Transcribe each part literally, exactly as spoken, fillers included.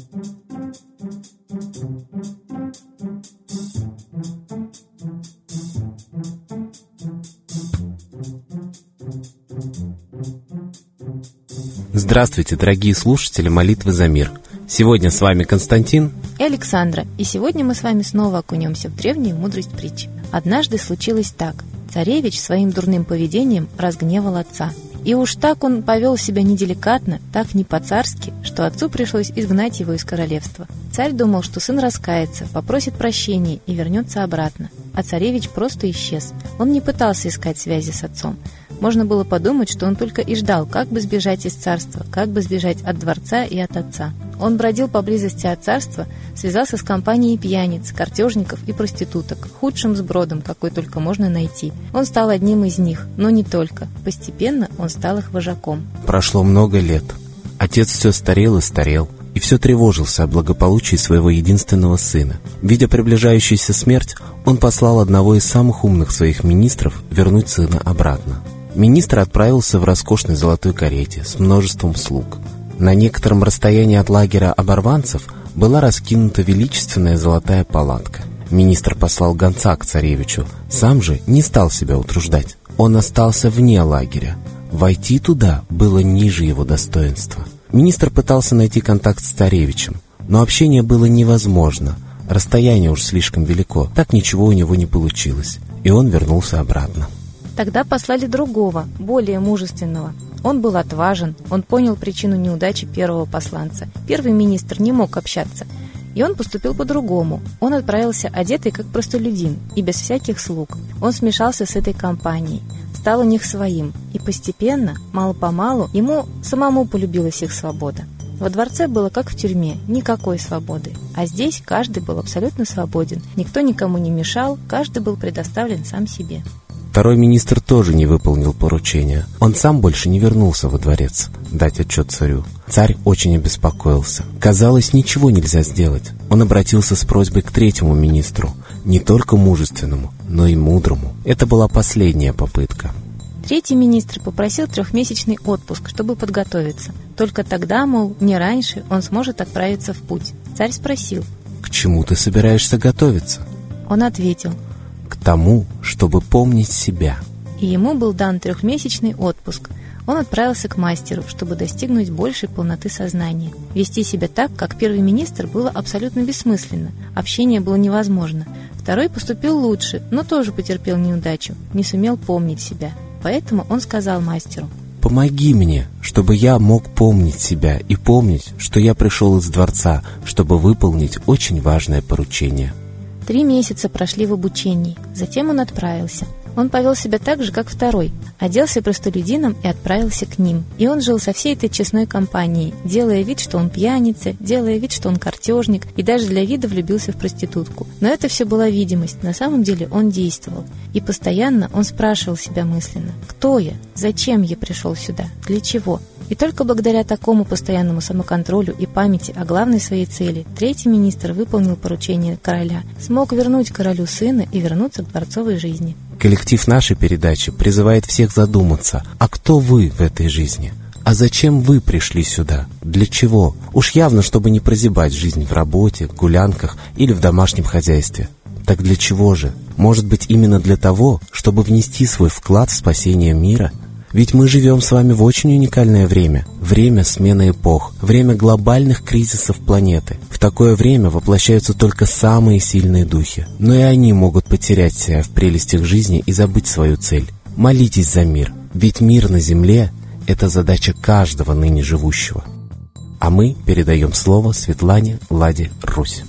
Здравствуйте, дорогие слушатели «Молитвы за мир». Сегодня с вами Константин и Александра, и сегодня мы с вами снова окунемся в древнюю мудрость притчи. Однажды случилось так. Царевич своим дурным поведением разгневал отца. И уж так он повел себя неделикатно, так не по-царски, что отцу пришлось изгнать его из королевства. Царь думал, что сын раскается, попросит прощения и вернется обратно. А царевич просто исчез. Он не пытался искать связи с отцом. Можно было подумать, что он только и ждал, как бы сбежать из царства, как бы сбежать от дворца и от отца. Он бродил поблизости от царства, связался с компанией пьяниц, картежников и проституток, худшим сбродом, какой только можно найти. Он стал одним из них, но не только. Постепенно он стал их вожаком. Прошло много лет. Отец все старел и старел, и все тревожился о благополучии своего единственного сына. Видя приближающуюся смерть, он послал одного из самых умных своих министров вернуть сына обратно. Министр отправился в роскошной золотой карете с множеством слуг. На некотором расстоянии от лагеря оборванцев была раскинута величественная золотая палатка. Министр послал гонца к царевичу, сам же не стал себя утруждать. Он остался вне лагеря. Войти туда было ниже его достоинства. Министр пытался найти контакт с царевичем, но общение было невозможно. Расстояние уж слишком велико, так ничего у него не получилось, и он вернулся обратно. Тогда послали другого, более мужественного. Он был отважен, он понял причину неудачи первого посланца. Первый министр не мог общаться, и он поступил по-другому. Он отправился одетый как простолюдин и без всяких слуг. Он смешался с этой компанией, стал у них своим, и постепенно, мало-помалу, ему самому полюбилась их свобода. Во дворце было как в тюрьме, никакой свободы. А здесь каждый был абсолютно свободен, никто никому не мешал, каждый был предоставлен сам себе. Второй министр тоже не выполнил поручения. Он сам больше не вернулся во дворец дать отчет царю. Царь очень обеспокоился. Казалось, ничего нельзя сделать. Он обратился с просьбой к третьему министру, не только мужественному, но и мудрому. Это была последняя попытка. Третий министр попросил трехмесячный отпуск, чтобы подготовиться. Только тогда, мол, не раньше, он сможет отправиться в путь. Царь спросил: «К чему ты собираешься готовиться?» Он ответил: «К тому, чтобы помнить себя». И ему был дан трехмесячный отпуск. Он отправился к мастеру, чтобы достигнуть большей полноты сознания. Вести себя так, как первый министр, было абсолютно бессмысленно. Общение было невозможно. Второй поступил лучше, но тоже потерпел неудачу, не сумел помнить себя. Поэтому он сказал мастеру: «Помоги мне, чтобы я мог помнить себя и помнить, что я пришел из дворца, чтобы выполнить очень важное поручение». Три месяца прошли в обучении, затем он отправился. Он повел себя так же, как второй, оделся простолюдином и отправился к ним. И он жил со всей этой честной компанией, делая вид, что он пьяница, делая вид, что он картежник, и даже для вида влюбился в проститутку. Но это все была видимость, на самом деле он действовал. И постоянно он спрашивал себя мысленно: «Кто я? Зачем я пришел сюда? Для чего?» И только благодаря такому постоянному самоконтролю и памяти о главной своей цели третий министр выполнил поручение короля, смог вернуть королю сына и вернуться к дворцовой жизни. Коллектив нашей передачи призывает всех задуматься: а кто вы в этой жизни? А зачем вы пришли сюда? Для чего? Уж явно, чтобы не прозябать жизнь в работе, гулянках или в домашнем хозяйстве. Так для чего же? Может быть, именно для того, чтобы внести свой вклад в спасение мира? Ведь мы живем с вами в очень уникальное время. Время смены эпох, время глобальных кризисов планеты. В такое время воплощаются только самые сильные духи. Но и они могут потерять себя в прелестях жизни и забыть свою цель. Молитесь за мир, ведь мир на земле – это задача каждого ныне живущего. А мы передаем слово Светлане Ладе Русь.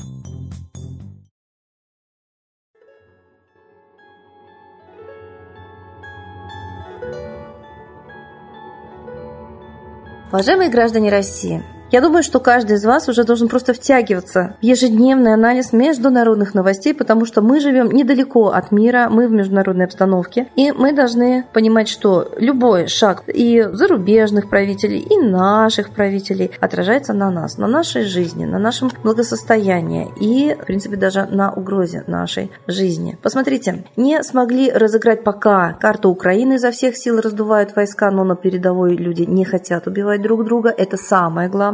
Уважаемые граждане России, я думаю, что каждый из вас уже должен просто втягиваться в ежедневный анализ международных новостей, потому что мы живем недалеко от мира, мы в международной обстановке, и мы должны понимать, что любой шаг и зарубежных правителей, и наших правителей отражается на нас, на нашей жизни, на нашем благосостоянии и, в принципе, даже на угрозе нашей жизни. Посмотрите, не смогли разыграть пока карту Украины, изо всех сил раздувают войска, но на передовой люди не хотят убивать друг друга, это самое главное.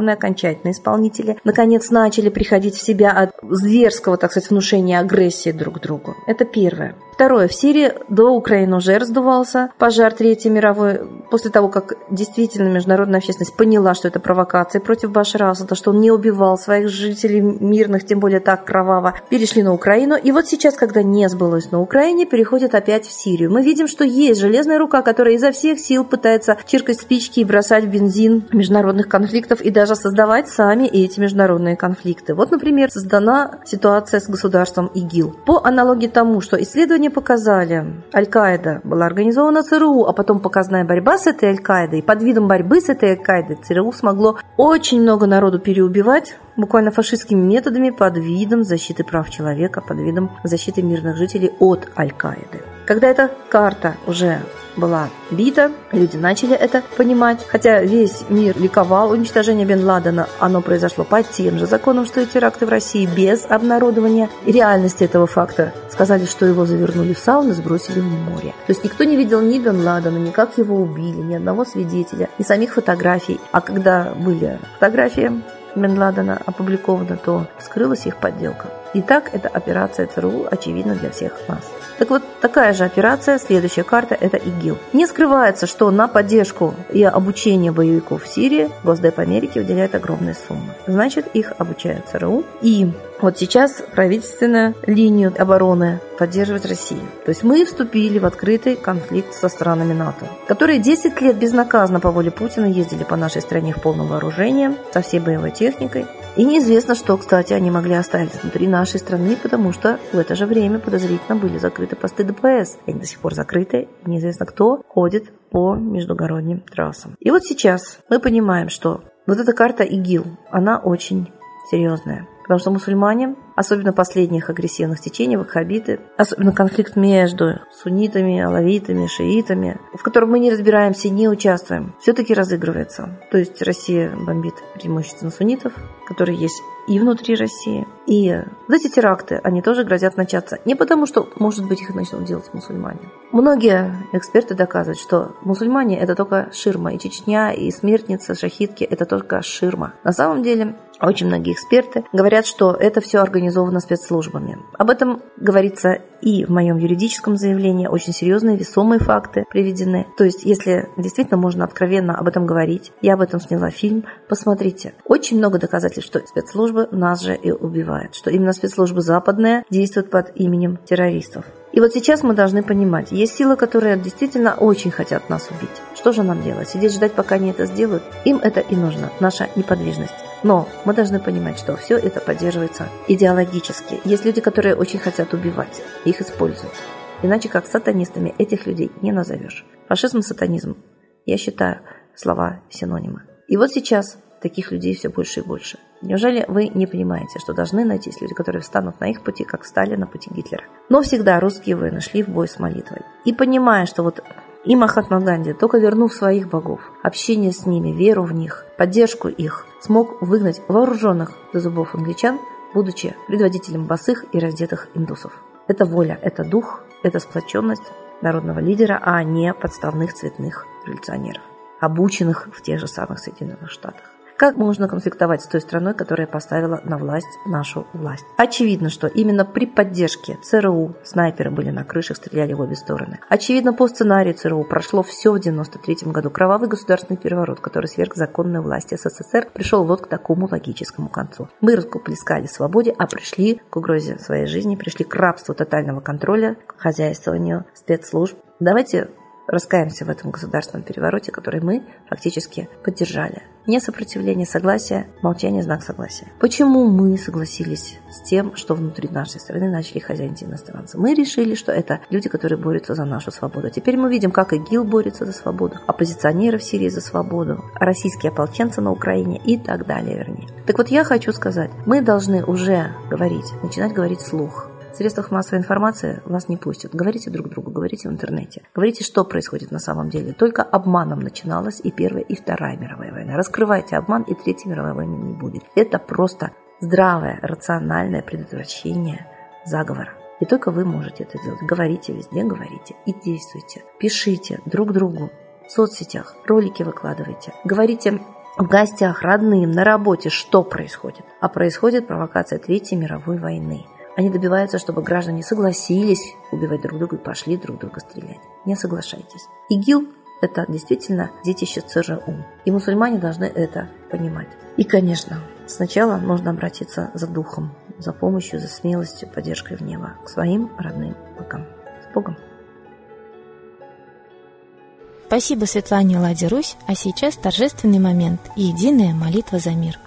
определенные окончательные исполнители наконец начали приходить в себя от зверского, так сказать, внушения агрессии друг к другу. Это первое. Второе. В Сирии до Украины уже раздувался пожар Третьей мировой. После того, как действительно международная общественность поняла, что это провокация против Башара Асада, что он не убивал своих жителей мирных, тем более так кроваво, перешли на Украину. И вот сейчас, когда не сбылось на Украине, переходят опять в Сирию. Мы видим, что есть железная рука, которая изо всех сил пытается чиркать спички и бросать бензин международных конфликтов и даже создавать сами эти международные конфликты. Вот, например, создана ситуация с государством ИГИЛ. По аналогии тому, что исследования показали, Аль-Каида была организована ЦРУ, а потом показная борьба с этой Аль-Каидой. И под видом борьбы с этой Аль-Каидой ЦРУ смогло очень много народу переубивать, буквально фашистскими методами, под видом защиты прав человека, под видом защиты мирных жителей от Аль-Каиды. Когда эта карта уже была бита, люди начали это понимать, хотя весь мир ликовал. Уничтожение Бен Ладена, оно произошло по тем же законам, что и теракты в России, без обнародования реальности этого факта. Сказали, что его завернули в сауну и сбросили в море. То есть никто не видел ни Бен Ладена, ни как его убили, ни одного свидетеля, ни самих фотографий. А когда были фотографии Бен Ладена опубликованы, то вскрылась их подделка. Итак, эта операция ЦРУ очевидна для всех нас. Так вот, такая же операция, следующая карта – это ИГИЛ. Не скрывается, что на поддержку и обучение боевиков в Сирии Госдеп Америки выделяет огромные суммы. Значит, их обучает ЦРУ. И вот сейчас правительственную линию обороны поддерживает Россия. То есть мы вступили в открытый конфликт со странами НАТО, которые десять лет безнаказанно по воле Путина ездили по нашей стране в полном вооружении, со всей боевой техникой. И неизвестно, что, кстати, они могли оставить внутри нашей страны, потому что в это же время подозрительно были закрыты посты ДПС. Они до сих пор закрыты, и неизвестно, кто ходит по междугородним трассам. И вот сейчас мы понимаем, что вот эта карта ИГИЛ, она очень серьезная. Потому что мусульмане, особенно последних агрессивных течений, ваххабиты, особенно конфликт между суннитами, алавитами, шиитами, в котором мы не разбираемся, не участвуем, все-таки разыгрывается. То есть Россия бомбит преимущественно суннитов, которые есть и внутри России. И вот эти теракты, они тоже грозят начаться. Не потому, что, может быть, их начнут делать мусульмане. Многие эксперты доказывают, что мусульмане – это только ширма. И Чечня, и смертница, шахидки – это только ширма. На самом деле, очень многие эксперты говорят, что это все организовано спецслужбами. Об этом говорится и в моем юридическом заявлении. Очень серьезные, весомые факты приведены. То есть, если действительно можно откровенно об этом говорить, я об этом сняла фильм, посмотрите. Очень много доказательств, что спецслужбы нас же и убивают, что именно спецслужбы западные действуют под именем террористов. И вот сейчас мы должны понимать, есть силы, которые действительно очень хотят нас убить. Что же нам делать? Сидеть ждать, пока они это сделают? Им это и нужно, наша неподвижность. Но мы должны понимать, что все это поддерживается идеологически. Есть люди, которые очень хотят убивать, их используют. Иначе как сатанистами этих людей не назовешь. Фашизм и сатанизм, я считаю, слова синонимы. И вот сейчас таких людей все больше и больше. Неужели вы не понимаете, что должны найтись люди, которые встанут на их пути, как встали на пути Гитлера? Но всегда русские воины шли в бой с молитвой. И понимая, что вот и Махатма Ганди, только вернув своих богов, общение с ними, веру в них, поддержку их, смог выгнать вооруженных до зубов англичан, будучи предводителем босых и раздетых индусов. Это воля, это дух, это сплоченность народного лидера, а не подставных цветных революционеров, обученных в тех же самых Соединенных Штатах. Как можно конфликтовать с той страной, которая поставила на власть нашу власть? Очевидно, что именно при поддержке ЦРУ снайперы были на крышах, стреляли в обе стороны. Очевидно, по сценарию ЦРУ прошло все в девяносто третьем году. Кровавый государственный переворот, который сверг законную власть СССР, пришел вот к такому логическому концу. Мы рукоплескали свободе, а пришли к угрозе своей жизни, пришли к рабству тотального контроля, к хозяйствованию спецслужб. Давайте раскаемся в этом государственном перевороте, который мы фактически поддержали. Не сопротивление, согласие, молчание – знак согласия. Почему мы согласились с тем, что внутри нашей страны начали хозяйнить иностранцы? Мы решили, что это люди, которые борются за нашу свободу. Теперь мы видим, как ИГИЛ борется за свободу, оппозиционеры в Сирии за свободу, российские ополченцы на Украине и так далее, вернее. Так вот, я хочу сказать, мы должны уже говорить, начинать говорить вслух. В средствах массовой информации вас не пустят. Говорите друг другу, говорите в интернете. Говорите, что происходит на самом деле. Только обманом начиналась и Первая, и Вторая мировая война. Раскрывайте обман, и Третьей мировой войны не будет. Это просто здравое, рациональное предотвращение заговора. И только вы можете это делать. Говорите везде, говорите и действуйте. Пишите друг другу в соцсетях, ролики выкладывайте. Говорите в гостях, родным, на работе, что происходит? А происходит провокация Третьей мировой войны. Они добиваются, чтобы граждане согласились убивать друг друга и пошли друг друга стрелять. Не соглашайтесь. ИГИЛ – это действительно детище ЦРУ. И мусульмане должны это понимать. И, конечно, сначала нужно обратиться за духом, за помощью, за смелостью, поддержкой в небо к своим родным богам. С Богом! Спасибо Светлане Ладе Русь, а сейчас торжественный момент и единая молитва за мир.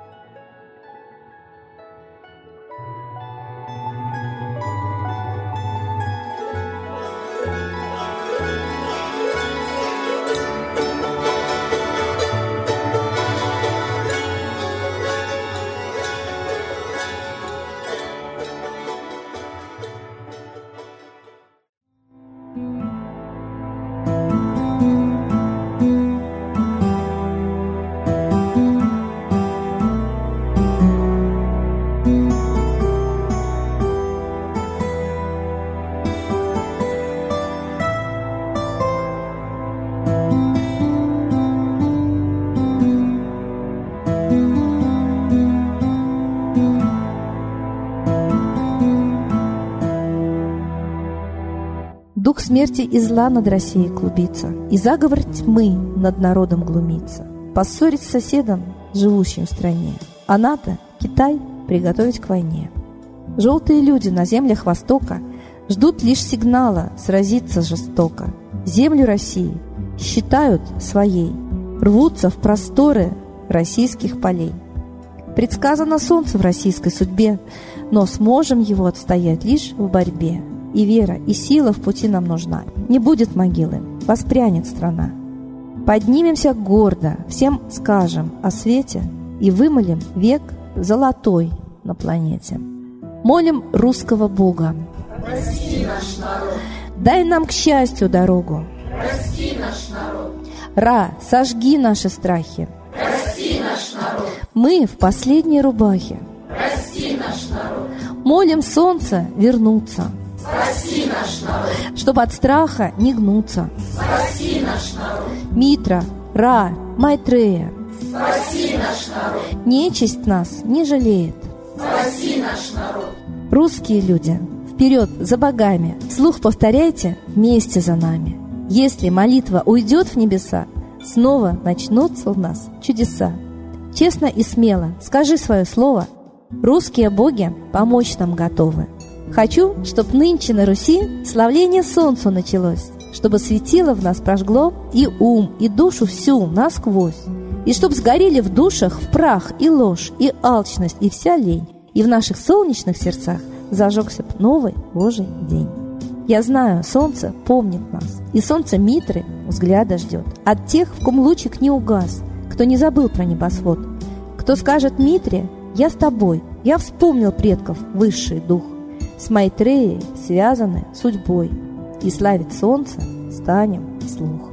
Дух смерти и зла над Россией клубится, и заговор тьмы над народом глумится. Поссорить с соседом, живущим в стране, а НАТО, Китай, приготовить к войне. Желтые люди на землях Востока ждут лишь сигнала сразиться жестоко. Землю России считают своей, рвутся в просторы российских полей. Предсказано солнце в российской судьбе, но сможем его отстоять лишь в борьбе. И вера, и сила в пути нам нужна. Не будет могилы, воспрянет страна. Поднимемся гордо, всем скажем о свете и вымолим век золотой на планете. Молим русского Бога. Прости наш народ. Дай нам к счастью дорогу. Прости наш народ. Ра, сожги наши страхи. Прости наш народ. Мы в последней рубахе. Прости наш народ. Молим солнце вернуться. Спаси наш народ. Чтобы от страха не гнуться. Спаси наш народ. Митра, Ра, Майтрея. Спаси наш народ. Нечисть нас не жалеет. Спаси наш народ. Русские люди, вперед за богами. Вслух повторяйте вместе за нами. Если молитва уйдет в небеса, снова начнутся у нас чудеса. Честно и смело скажи свое слово. Русские боги помочь нам готовы. Хочу, чтоб нынче на Руси славление солнцу началось, чтобы светило в нас прожгло и ум, и душу всю насквозь, и чтоб сгорели в душах в прах и ложь, и алчность, и вся лень, и в наших солнечных сердцах зажегся б новый Божий день. Я знаю, солнце помнит нас, и солнце Митры взгляда ждет от тех, в ком лучик не угас, кто не забыл про небосвод, кто скажет Митре: «Я с тобой, я вспомнил предков высший дух». С Майтреей связаны судьбой, и славить солнце станем вслух.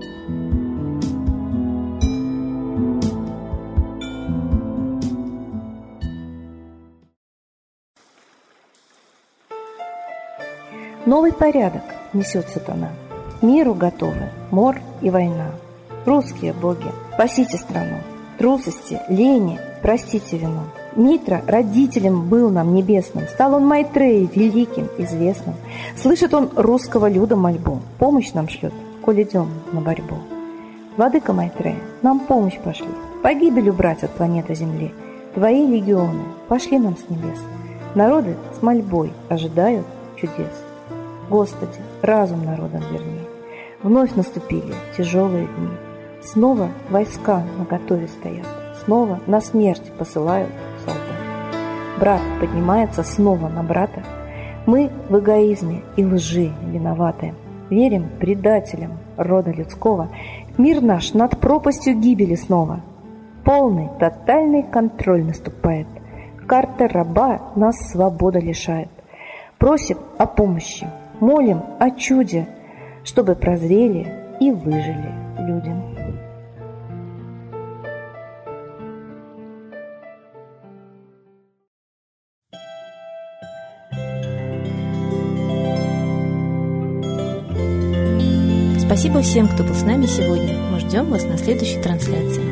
Новый порядок несет сатана. Миру готовы мор и война. Русские боги, спасите страну. Трусости, лени, простите вину. Митра родителем был нам небесным, стал он Майтреей великим, известным. Слышит он русского люда мольбу, помощь нам шлет, коль идем на борьбу. Владыка Майтрея, нам помощь пошли, погибель убрать от планеты Земли. Твои легионы пошли нам с небес, народы с мольбой ожидают чудес. Господи, разум народам верни, вновь наступили тяжелые дни. Снова войска наготове стоят, снова на смерть посылают солдат. Брат поднимается снова на брата. Мы в эгоизме и лжи виноваты. Верим предателям рода людского. Мир наш над пропастью гибели снова. Полный, тотальный контроль наступает. Карта раба нас свобода лишает. Просим о помощи, молим о чуде, чтобы прозрели и выжили люди. Спасибо всем, кто был с нами сегодня. Мы ждем вас на следующей трансляции.